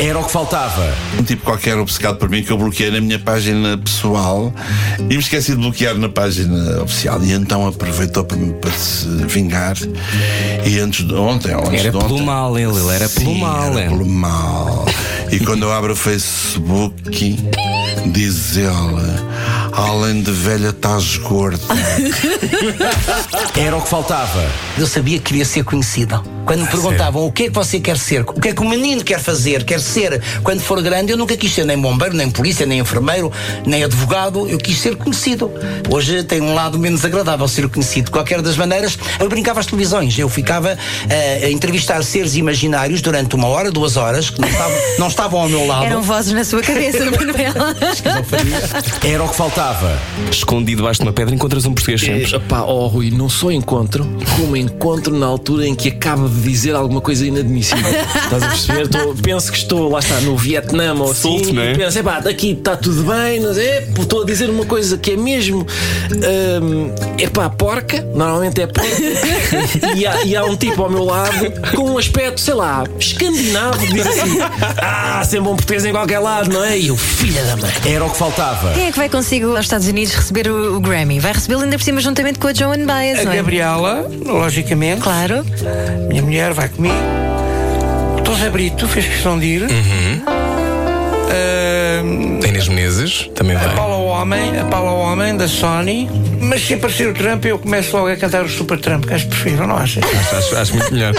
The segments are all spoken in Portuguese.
Era o que faltava. Um tipo qualquer obcecado por mim que eu bloqueei na minha página pessoal e me esqueci de bloquear na página oficial. E então aproveitou para se vingar. E antes de ontem, Era pelo mal, ele era pelo mal. Era pelo mal. E quando eu abro o Facebook, diz ele: além de velha, estás gorda. Era o que faltava. Eu sabia que queria ser conhecido. Quando me perguntavam o que é que você quer ser, o que é que o menino quer fazer, quer ser quando for grande, eu nunca quis ser nem bombeiro, nem polícia, nem enfermeiro, nem advogado. Eu quis ser conhecido. Hoje tem um lado menos agradável ser conhecido. De qualquer das maneiras, eu brincava às televisões. Eu ficava a entrevistar seres imaginários durante 1 hora, 2 horas, que não estavam ao meu lado. Eram vozes na sua cabeça, Manuel. Era o que faltava. Escondido debaixo de uma pedra encontras um português sempre. Rui, não só encontro, como encontro na altura em que acaba de dizer alguma coisa inadmissível. Estás a perceber? Penso que estou, lá está, no Vietnã ou assim. Solto, não é? E penso, aqui está tudo bem, mas estou a dizer uma coisa que é mesmo porca, normalmente é porca. e há um tipo ao meu lado com um aspecto, sei lá, escandinavo, diz assim: sempre um português em qualquer lado, não é? E eu, filha da mãe. Era o que faltava. Quem é que vai consigo aos Estados Unidos receber o Grammy? Vai recebê-lo ainda por cima juntamente com a Joan Baez, A não é? Gabriela, logicamente. Claro. Minha mulher vai comigo. O José Brito fez questão de ir. Inês Menezes também vai. A Paula Homem da Sony. Mas se aparecer o Trump, eu começo logo a cantar o Super Trump, que acho preferível, não achas? Acho muito melhor.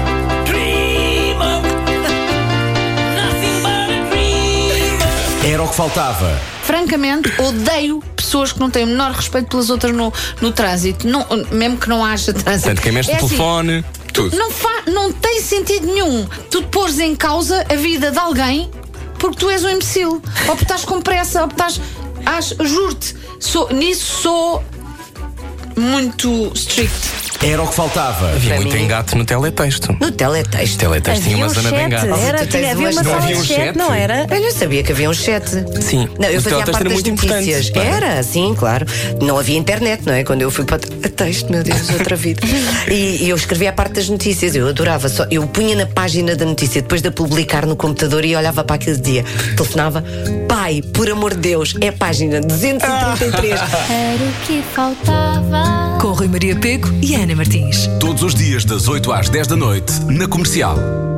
Era o que faltava. Francamente, odeio pessoas que não têm o menor respeito pelas outras no trânsito. Não, mesmo que não haja trânsito. Portanto, quem mexe no telefone, tudo. Não tem sentido nenhum tu te pôres em causa a vida de alguém porque tu és um imbecil. Ou porque estás com pressa, ou porque estás. Juro-te, nisso sou muito strict. Era o que faltava. Havia muito engate no teletexto. No teletexto. O teletexto tinha uma zona de engate. Havia uma sala de chat, não era? Eu não sabia que havia um chat. Sim. Não, eu o fazia teletexto parte era das muito notícias. importante. Era, sim, claro. Não havia internet, não é? Quando eu fui para o texto, meu Deus, outra vida. E eu escrevia a parte das notícias. Eu adorava. Eu punha na página da notícia, depois de a publicar no computador, e olhava para aquele dia. Telefonava: pai, por amor de Deus, é a página 233. Era o que faltava. Com Rui Maria Pego e Ana Martins. Todos os dias das 8 às 10 da noite, na Comercial.